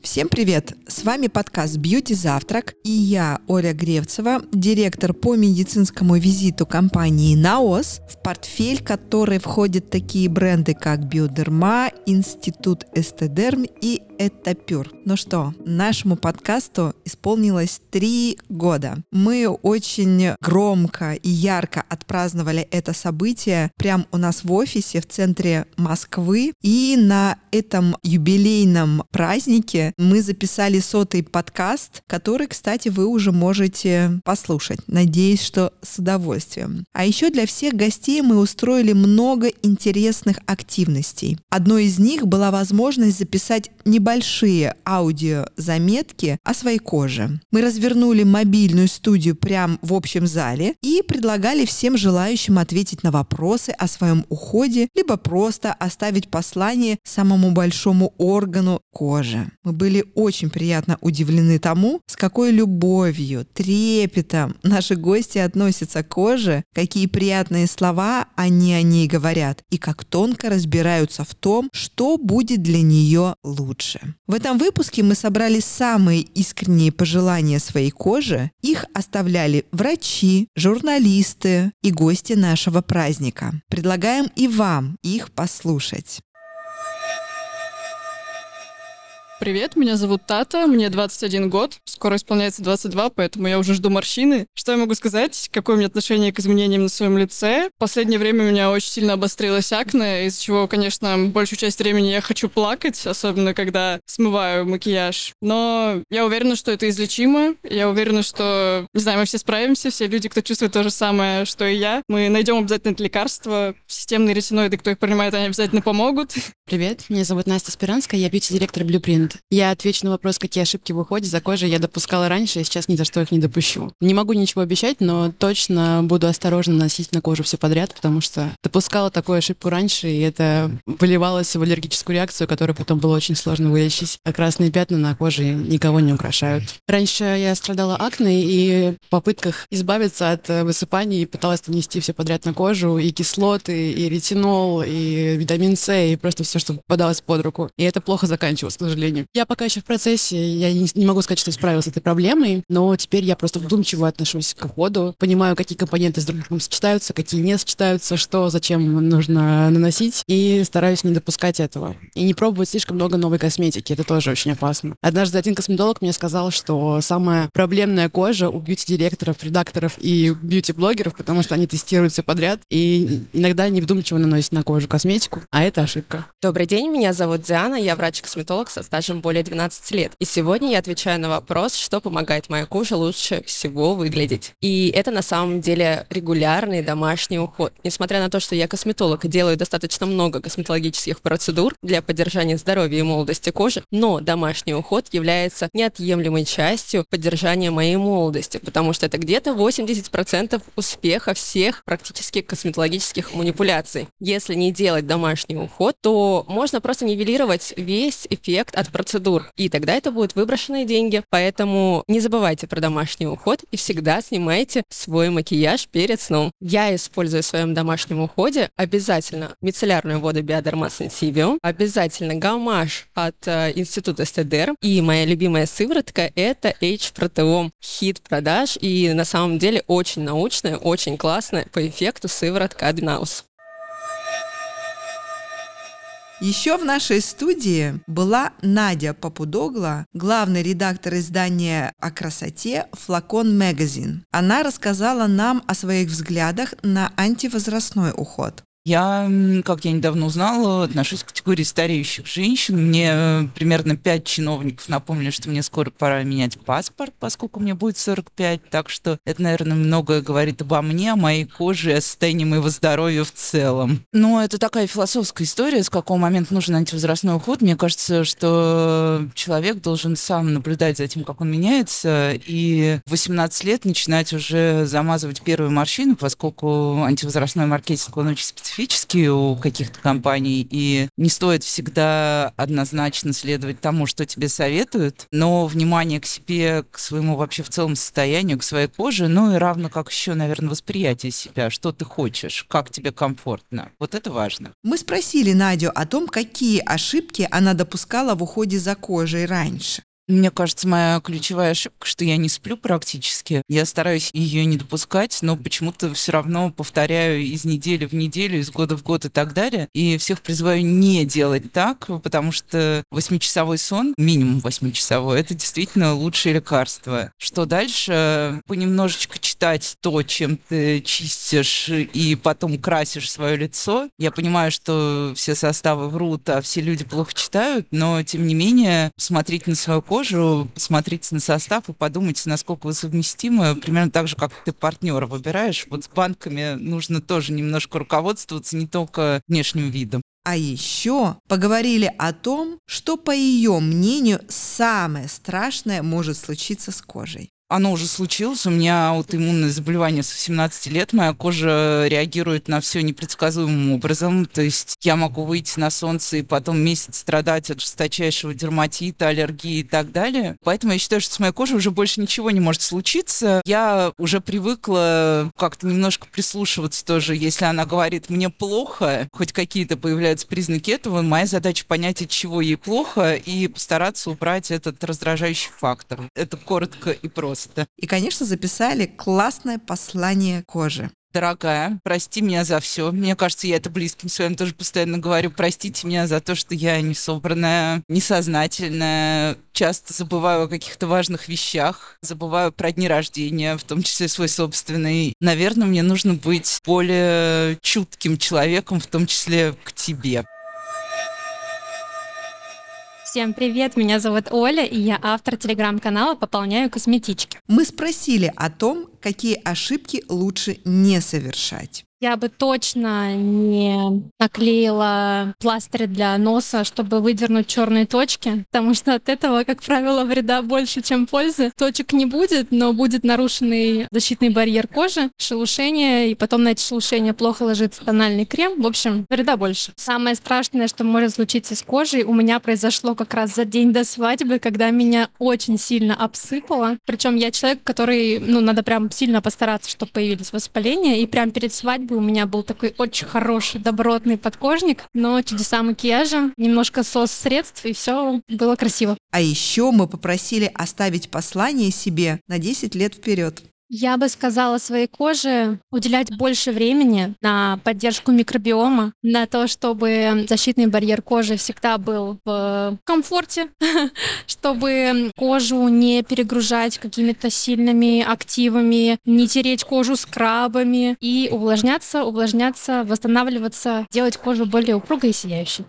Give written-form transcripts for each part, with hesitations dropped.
Всем привет! С вами подкаст «Бьюти Завтрак» и я, Оля Гревцева, директор по медицинскому визиту компании «Наос», в портфель которой входят такие бренды, как «Биодерма», «Институт Эстедерм» и «Этапюр». Ну что, нашему подкасту исполнилось 3 года. Мы очень громко и ярко отпраздновали это событие прямо у нас в офисе в центре Москвы. И на этом юбилейном празднике мы записали 100-й подкаст, который, кстати, вы уже можете послушать. Надеюсь, что с удовольствием. А еще для всех гостей мы устроили много интересных активностей. Одной из них была возможность записать небольшие аудиозаметки о своей коже. Мы развернули мобильную студию прямо в общем зале и предлагали всем желающим ответить на вопросы о своем уходе, либо просто оставить послание самому большому органу кожи. Мы были очень приятно удивлены тому, с какой любовью, трепетом наши гости относятся к коже, какие приятные слова они о ней говорят и как тонко разбираются в том, что будет для нее лучше. В этом выпуске мы собрали самые искренние пожелания своей коже. Их оставляли врачи, журналисты и гости нашего праздника. Предлагаем и вам их послушать. Привет, меня зовут Тата, мне 21 год, скоро исполняется 22, поэтому я уже жду морщины. Что я могу сказать? Какое у меня отношение к изменениям на своем лице? В последнее время у меня очень сильно обострилось акне, из-за чего, конечно, большую часть времени я хочу плакать, особенно когда смываю макияж. Но я уверена, что это излечимо. Я уверена, что, не знаю, мы все справимся, все люди, кто чувствует то же самое, что и я. Мы найдем обязательно это лекарство. Системные ретиноиды, кто их принимает, они обязательно помогут. Привет, меня зовут Настя Спиранская, я бьюти-директор Blueprint. Я отвечу на вопрос, какие ошибки в уходе за кожей я допускала раньше, и сейчас ни за что их не допущу. Не могу ничего обещать, но точно буду осторожно наносить на кожу все подряд, потому что допускала такую ошибку раньше, и это выливалось в аллергическую реакцию, которую потом было очень сложно вылечить. А красные пятна на коже никого не украшают. Раньше я страдала акне, и в попытках избавиться от высыпаний пыталась нанести все подряд на кожу, и кислоты, и ретинол, и витамин С, и просто все, что попадалось под руку. И это плохо заканчивалось, к сожалению. Я пока еще в процессе, я не могу сказать, что справилась с этой проблемой, но теперь я просто вдумчиво отношусь к уходу, понимаю, какие компоненты с друг другом сочетаются, какие не сочетаются, что, зачем нужно наносить, и стараюсь не допускать этого. И не пробовать слишком много новой косметики, это тоже очень опасно. Однажды один косметолог мне сказал, что самая проблемная кожа у бьюти-директоров, редакторов и бьюти-блогеров, потому что они тестируют все подряд, и иногда невдумчиво наносят на кожу косметику, а это ошибка. Добрый день, меня зовут Диана, я врач-косметолог со стажем более 12 лет. И сегодня я отвечаю на вопрос, что помогает моей коже лучше всего выглядеть. И это на самом деле регулярный домашний уход. Несмотря на то, что я косметолог и делаю достаточно много косметологических процедур для поддержания здоровья и молодости кожи, но домашний уход является неотъемлемой частью поддержания моей молодости, потому что это где-то 80% успеха всех практически косметологических манипуляций. Если не делать домашний уход, то можно просто нивелировать весь эффект от процедур, и тогда это будут выброшенные деньги. Поэтому не забывайте про домашний уход и всегда снимайте свой макияж перед сном. Я использую в своем домашнем уходе обязательно мицеллярную воду Биодерма Sensibio, обязательно гамаш от Института Эстедерм, и моя любимая сыворотка — это H-Proteom, хит продаж, и на самом деле очень научная, очень классная по эффекту сыворотка от Naos. Еще в нашей студии была Надя Попудогла, главный редактор издания о красоте «Флакон Magazine». Она рассказала нам о своих взглядах на антивозрастной уход. Я, как я недавно узнала, отношусь к категории стареющих женщин. Мне примерно 5 чиновников напомнили, что мне скоро пора менять паспорт, поскольку мне будет 45. Так что это, наверное, многое говорит обо мне, о моей коже и о состоянии моего здоровья в целом. Но это такая философская история, с какого момента нужен антивозрастной уход. Мне кажется, что человек должен сам наблюдать за тем, как он меняется, и в 18 лет начинать уже замазывать первые морщины, поскольку антивозрастной маркетинг, он очень специфичный. специфические у каких-то компаний, и не стоит всегда однозначно следовать тому, что тебе советуют, но внимание к себе, к своему вообще в целом состоянию, к своей коже, ну и равно как еще, наверное, восприятие себя, что ты хочешь, как тебе комфортно. Вот это важно. Мы спросили Надю о том, какие ошибки она допускала в уходе за кожей раньше. Мне кажется, моя ключевая ошибка, что я не сплю практически. Я стараюсь ее не допускать, но почему-то все равно повторяю из недели в неделю, из года в год и так далее. И всех призываю не делать так, потому что 8-часовой сон, минимум 8-часовой, это действительно лучшее лекарство. Что дальше? Понемножечко читать то, чем ты чистишь и потом красишь свое лицо. Я понимаю, что все составы врут, а все люди плохо читают, но тем не менее смотреть на свою кожу, посмотрите на состав и подумайте, насколько вы совместимы. Примерно так же, как ты партнера выбираешь. Вот с банками нужно тоже немножко руководствоваться не только внешним видом. А еще поговорили о том, что, по ее мнению, самое страшное может случиться с кожей. Оно уже случилось. У меня аутоиммунное заболевание с 18 лет. Моя кожа реагирует на все непредсказуемым образом. То есть я могу выйти на солнце и потом месяц страдать от жесточайшего дерматита, аллергии и так далее. Поэтому я считаю, что с моей кожей уже больше ничего не может случиться. Я уже привыкла как-то немножко прислушиваться тоже. Если она говорит «мне плохо», хоть какие-то появляются признаки этого, моя задача понять, от чего ей плохо, и постараться убрать этот раздражающий фактор. Это коротко и просто. И, конечно, записали классное послание коже. Дорогая, прости меня за все. Мне кажется, я это близким своим тоже постоянно говорю. Простите меня за то, что я несобранная, несознательная. Часто забываю о каких-то важных вещах. Забываю про дни рождения, в том числе свой собственный. Наверное, мне нужно быть более чутким человеком, в том числе к тебе. Всем привет, меня зовут Оля, и я автор телеграм-канала «Пополняю косметички». Мы спросили о том, какие ошибки лучше не совершать. Я бы точно не наклеила пластырь для носа, чтобы выдернуть черные точки, потому что от этого, как правило, вреда больше, чем пользы. Точек не будет, но будет нарушенный защитный барьер кожи, шелушение, и потом на эти шелушения плохо ложится тональный крем. В общем, вреда больше. Самое страшное, что может случиться с кожей, у меня произошло как раз за день до свадьбы, когда меня очень сильно обсыпало. Причем я человек, который, надо прям сильно постараться, чтобы появились воспаления, и прям перед свадьбой у меня был такой очень хороший, добротный подкожник, но чудеса макияжа, немножко средств, и все было красиво. А еще мы попросили оставить послание себе на 10 лет вперед. Я бы сказала своей коже уделять больше времени на поддержку микробиома, на то, чтобы защитный барьер кожи всегда был в комфорте, чтобы кожу не перегружать какими-то сильными активами, не тереть кожу скрабами и увлажняться, восстанавливаться, делать кожу более упругой и сияющей.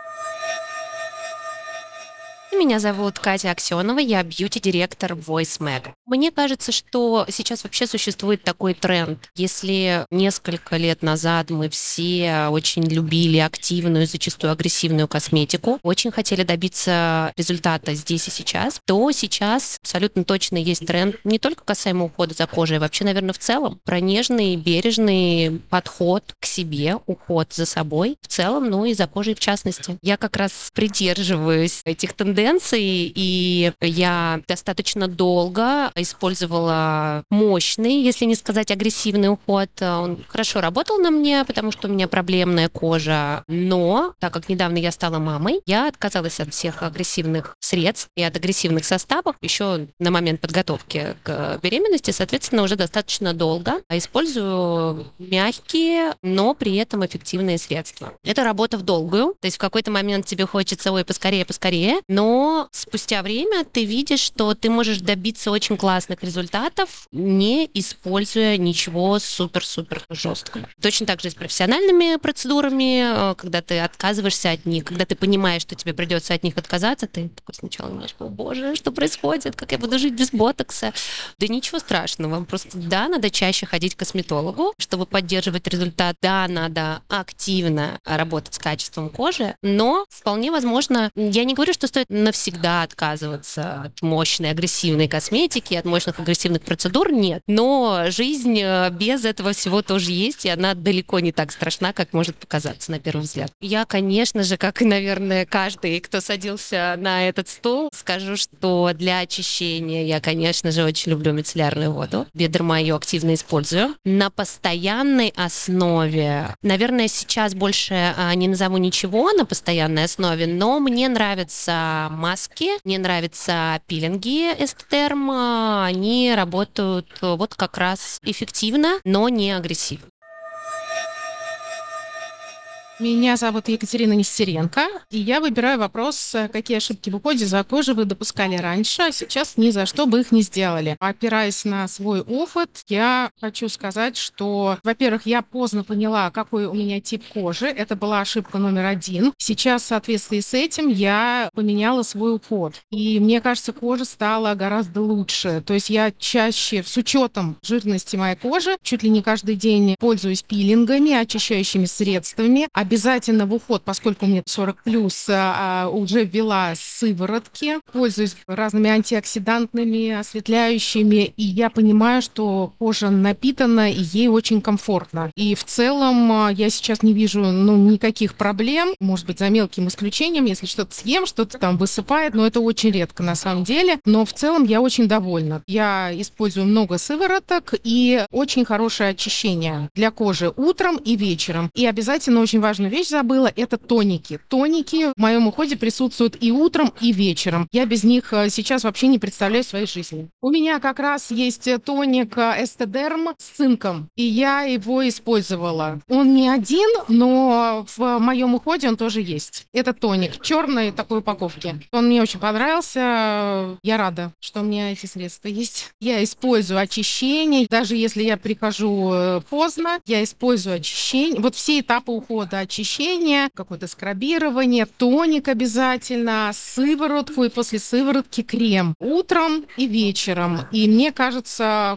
Меня зовут Катя Аксенова, я бьюти-директор Voice Mag. Мне кажется, что сейчас вообще существует такой тренд. Если несколько лет назад мы все очень любили активную, зачастую агрессивную косметику, очень хотели добиться результата здесь и сейчас, то сейчас абсолютно точно есть тренд не только касаемо ухода за кожей, а вообще, наверное, в целом про нежный, бережный подход к себе, уход за собой в целом, и за кожей в частности. Я как раз придерживаюсь этих тенденций, и я достаточно долго использовала мощный, если не сказать агрессивный уход. Он хорошо работал на мне, потому что у меня проблемная кожа. Но, так как недавно я стала мамой, я отказалась от всех агрессивных средств и от агрессивных составов еще на момент подготовки к беременности. Соответственно, уже достаточно долго использую мягкие, но при этом эффективные средства. Это работа в долгую. То есть в какой-то момент тебе хочется, поскорее, но спустя время ты видишь, что ты можешь добиться очень классных результатов, не используя ничего супер-супер жесткого. Точно так же и с профессиональными процедурами, когда ты отказываешься от них, когда ты понимаешь, что тебе придется от них отказаться, ты такой сначала думаешь: о боже, что происходит, как я буду жить без ботокса? Да ничего страшного, просто надо чаще ходить к косметологу, чтобы поддерживать результат, надо активно работать с качеством кожи, но вполне возможно, я не говорю, что стоит навсегда отказываться от мощной агрессивной косметики, от мощных агрессивных процедур, нет. Но жизнь без этого всего тоже есть, и она далеко не так страшна, как может показаться на первый взгляд. Я, конечно же, как и, наверное, каждый, кто садился на этот стул, скажу, что для очищения я, конечно же, очень люблю мицеллярную воду. Биодерма ее активно использую. На постоянной основе, наверное, сейчас больше не назову ничего на постоянной основе, но мне нравятся маски, мне нравятся пилинги Эстедерм. Они работают вот как раз эффективно, но не агрессивно. Меня зовут Екатерина Нестеренко, и я выбираю вопрос, какие ошибки в уходе за кожей вы допускали раньше, а сейчас ни за что бы их не сделали. Опираясь на свой опыт, я хочу сказать, что, во-первых, я поздно поняла, какой у меня тип кожи. Это была ошибка номер 1. Сейчас в соответствии с этим я поменяла свой уход. И мне кажется, кожа стала гораздо лучше. То есть я чаще, с учетом жирности моей кожи, чуть ли не каждый день пользуюсь пилингами, очищающими средствами. Обязательно в уход, поскольку мне 40+, уже ввела сыворотки, пользуюсь разными антиоксидантными, осветляющими, и я понимаю, что кожа напитана, и ей очень комфортно. И в целом я сейчас не вижу никаких проблем, может быть, за мелким исключением, если что-то съем, что-то там высыпает, но это очень редко на самом деле, но в целом я очень довольна. Я использую много сывороток и очень хорошее очищение для кожи утром и вечером. И обязательно очень важную вещь забыла, это тоники. Тоники в моем уходе присутствуют и утром, и вечером. Я без них сейчас вообще не представляю своей жизни. У меня как раз есть тоник Эстедерм с цинком, и я его использовала. Он не один, но в моем уходе он тоже есть. Это тоник черной такой упаковки. Он мне очень понравился. Я рада, что у меня эти средства есть. Я использую очищение. Даже если я прихожу поздно, я использую очищение. Вот все этапы ухода: очищение, какое-то скрабирование, тоник обязательно, сыворотку и после сыворотки крем. Утром и вечером. И мне кажется,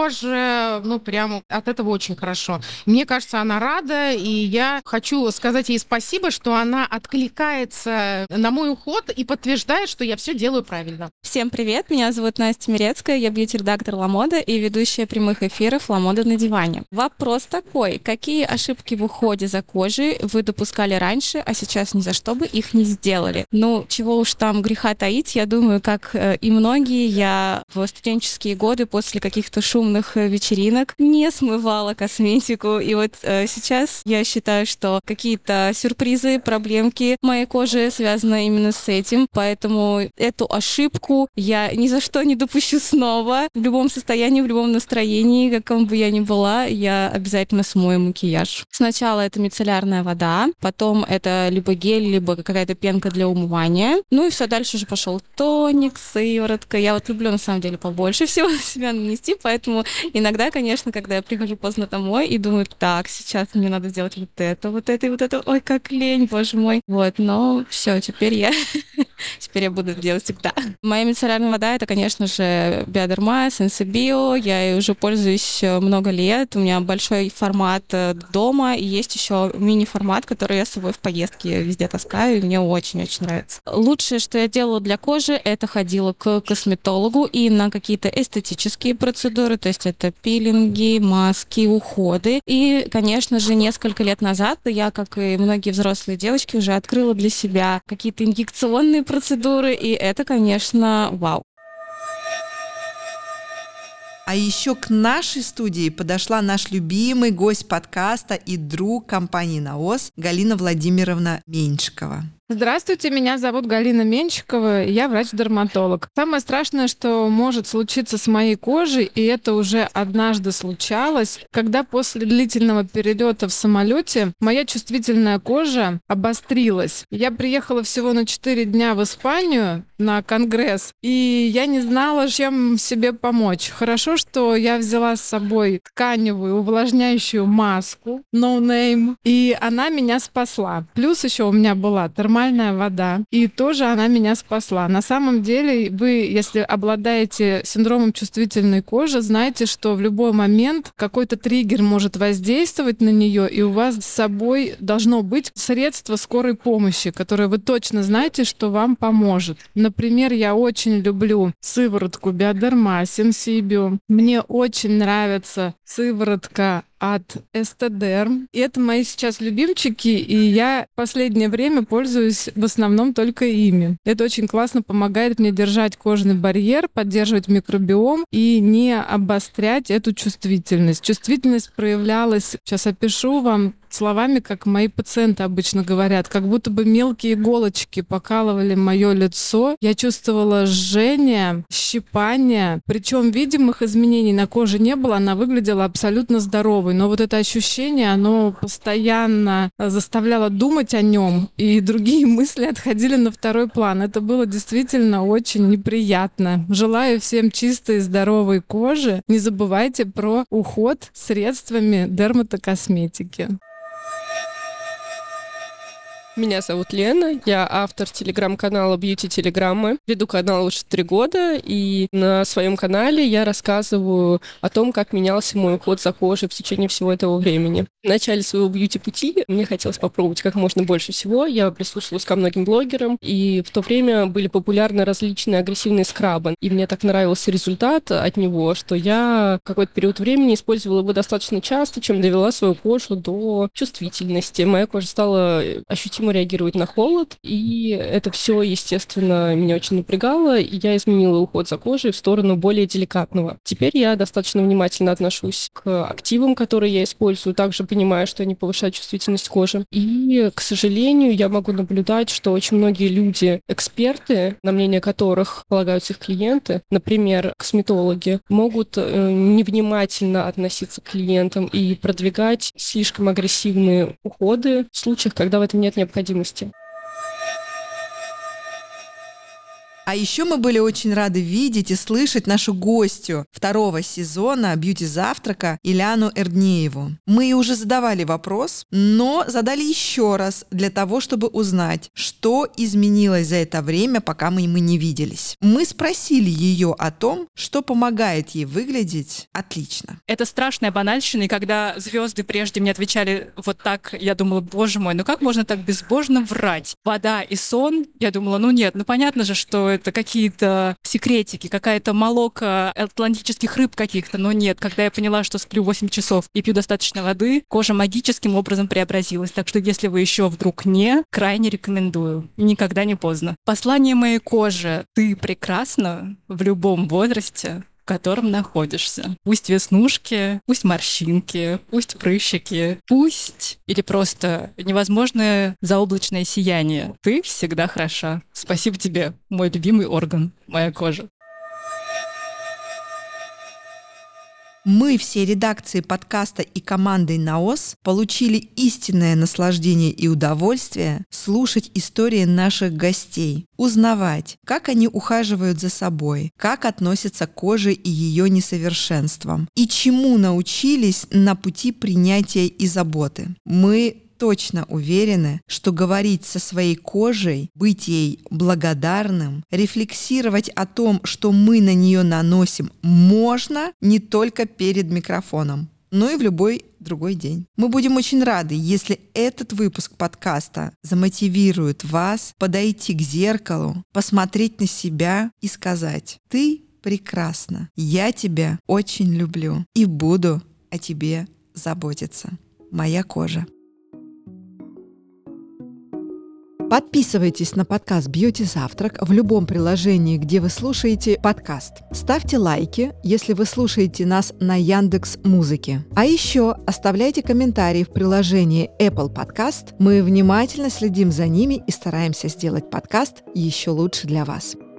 коже, прямо от этого очень хорошо. Мне кажется, она рада, и я хочу сказать ей спасибо, что она откликается на мой уход и подтверждает, что я все делаю правильно. Всем привет, меня зовут Настя Мирецкая, я бьюти-редактор Ламода и ведущая прямых эфиров Ламода на диване. Вопрос такой: какие ошибки в уходе за кожей вы допускали раньше, а сейчас ни за что бы их не сделали? Чего уж там греха таить, я думаю, как и многие, я в студенческие годы после каких-то шумных вечеринок не смывала косметику, и вот сейчас я считаю, что какие-то сюрпризы, проблемки моей кожи связаны именно с этим, поэтому эту ошибку я ни за что не допущу снова. В любом состоянии, в любом настроении, каком бы я ни была, я обязательно смою макияж. Сначала это мицеллярная вода, потом это либо гель, либо какая-то пенка для умывания. И все дальше уже пошел тоник, сыворотка. Я вот люблю, на самом деле, побольше всего на себя нанести, поэтому иногда, конечно, когда я прихожу поздно домой и думаю: так, сейчас мне надо сделать вот это, и вот это. Ой, как лень, боже мой. Но все, теперь я буду это делать всегда. Моя мицеллярная вода — это, конечно же, Биодерма, Сенсибио. Я ей уже пользуюсь много лет. У меня большой формат дома, и есть еще мини-формат, который я с собой в поездке везде таскаю, и мне очень-очень нравится. Лучшее, что я делала для кожи, это ходила к косметологу и на какие-то эстетические процедуры, то есть это пилинги, маски, уходы. И, конечно же, несколько лет назад я, как и многие взрослые девочки, уже открыла для себя какие-то инъекционные процедуры, и это, конечно, вау. А еще к нашей студии подошла наш любимый гость подкаста и друг компании «Наос» Галина Владимировна Меньшикова. Здравствуйте, меня зовут Галина Меньшикова, я врач-дерматолог. Самое страшное, что может случиться с моей кожей, и это уже однажды случалось, когда после длительного перелета в самолете моя чувствительная кожа обострилась. Я приехала всего на 4 дня в Испанию на конгресс, и я не знала, чем себе помочь. Хорошо, что я взяла с собой тканевую увлажняющую маску No Name, и она меня спасла. Плюс еще у меня была термальная термальная вода, и тоже она меня спасла. На самом деле, вы, если обладаете синдромом чувствительной кожи, знаете, что в любой момент какой-то триггер может воздействовать на нее, и у вас с собой должно быть средство скорой помощи, которое вы точно знаете, что вам поможет. Например, я очень люблю сыворотку Биодерма Сенсибио. Мне очень нравится сыворотка от Эстедерм. И это мои сейчас любимчики, и я в последнее время пользуюсь в основном только ими. Это очень классно помогает мне держать кожный барьер, поддерживать микробиом и не обострять эту чувствительность. Чувствительность проявлялась, сейчас опишу вам словами, как мои пациенты обычно говорят, как будто бы мелкие иголочки покалывали мое лицо. Я чувствовала жжение, щипание, причем видимых изменений на коже не было, она выглядела абсолютно здоровой. Но вот это ощущение, оно постоянно заставляло думать о нем, и другие мысли отходили на второй план. Это было действительно очень неприятно. Желаю всем чистой и здоровой кожи. Не забывайте про уход средствами дерматокосметики. Меня зовут Лена, я автор телеграм-канала Beauty Телеграммы. Веду канал уже 3 года, и на своем канале я рассказываю о том, как менялся мой уход за кожей в течение всего этого времени. В начале своего бьюти-пути мне хотелось попробовать как можно больше всего. Я прислушивалась ко многим блогерам, и в то время были популярны различные агрессивные скрабы. И мне так нравился результат от него, что я какой-то период времени использовала его достаточно часто, чем довела свою кожу до чувствительности. Моя кожа стала ощутимо реагировать на холод, и это все, естественно, меня очень напрягало, и я изменила уход за кожей в сторону более деликатного. Теперь я достаточно внимательно отношусь к активам, которые я использую, также понимаю, что они повышают чувствительность кожи. И, к сожалению, я могу наблюдать, что очень многие люди, эксперты, на мнение которых полагаются их клиенты, например, косметологи, могут невнимательно относиться к клиентам и продвигать слишком агрессивные уходы в случаях, когда в этом нет необходимости. А еще мы были очень рады видеть и слышать нашу гостью 2-го сезона «Бьюти-завтрака» Иляну Эрднееву. Мы ей уже задавали вопрос, но задали еще раз для того, чтобы узнать, что изменилось за это время, пока мы не виделись. Мы спросили ее о том, что помогает ей выглядеть отлично. Это страшная банальщина, и когда звезды прежде мне отвечали вот так, я думала, боже мой, ну как можно так безбожно врать? Вода и сон, я думала, ну нет, ну понятно же, что это какие-то секретики, какая-то молока атлантических рыб каких-то, но нет. Когда я поняла, что сплю 8 часов и пью достаточно воды, кожа магическим образом преобразилась. Так что если вы еще вдруг не, крайне рекомендую. Никогда не поздно. Послание моей коже: ты прекрасна в любом возрасте, в котором находишься. Пусть веснушки, пусть морщинки, пусть прыщики, пусть или просто невозможное заоблачное сияние. Ты всегда хороша. Спасибо тебе, мой любимый орган, моя кожа. Мы, все редакции подкаста и командой «Наос», получили истинное наслаждение и удовольствие слушать истории наших гостей, узнавать, как они ухаживают за собой, как относятся к коже и ее несовершенствам, и чему научились на пути принятия и заботы. Мы точно уверены, что говорить со своей кожей, быть ей благодарным, рефлексировать о том, что мы на нее наносим, можно не только перед микрофоном, но и в любой другой день. Мы будем очень рады, если этот выпуск подкаста замотивирует вас подойти к зеркалу, посмотреть на себя и сказать: «Ты прекрасна, я тебя очень люблю и буду о тебе заботиться. Моя кожа». Подписывайтесь на подкаст «Бьюти-завтрак» в любом приложении, где вы слушаете подкаст. Ставьте лайки, если вы слушаете нас на Яндекс.Музыке. А еще оставляйте комментарии в приложении Apple Podcast. Мы внимательно следим за ними и стараемся сделать подкаст еще лучше для вас.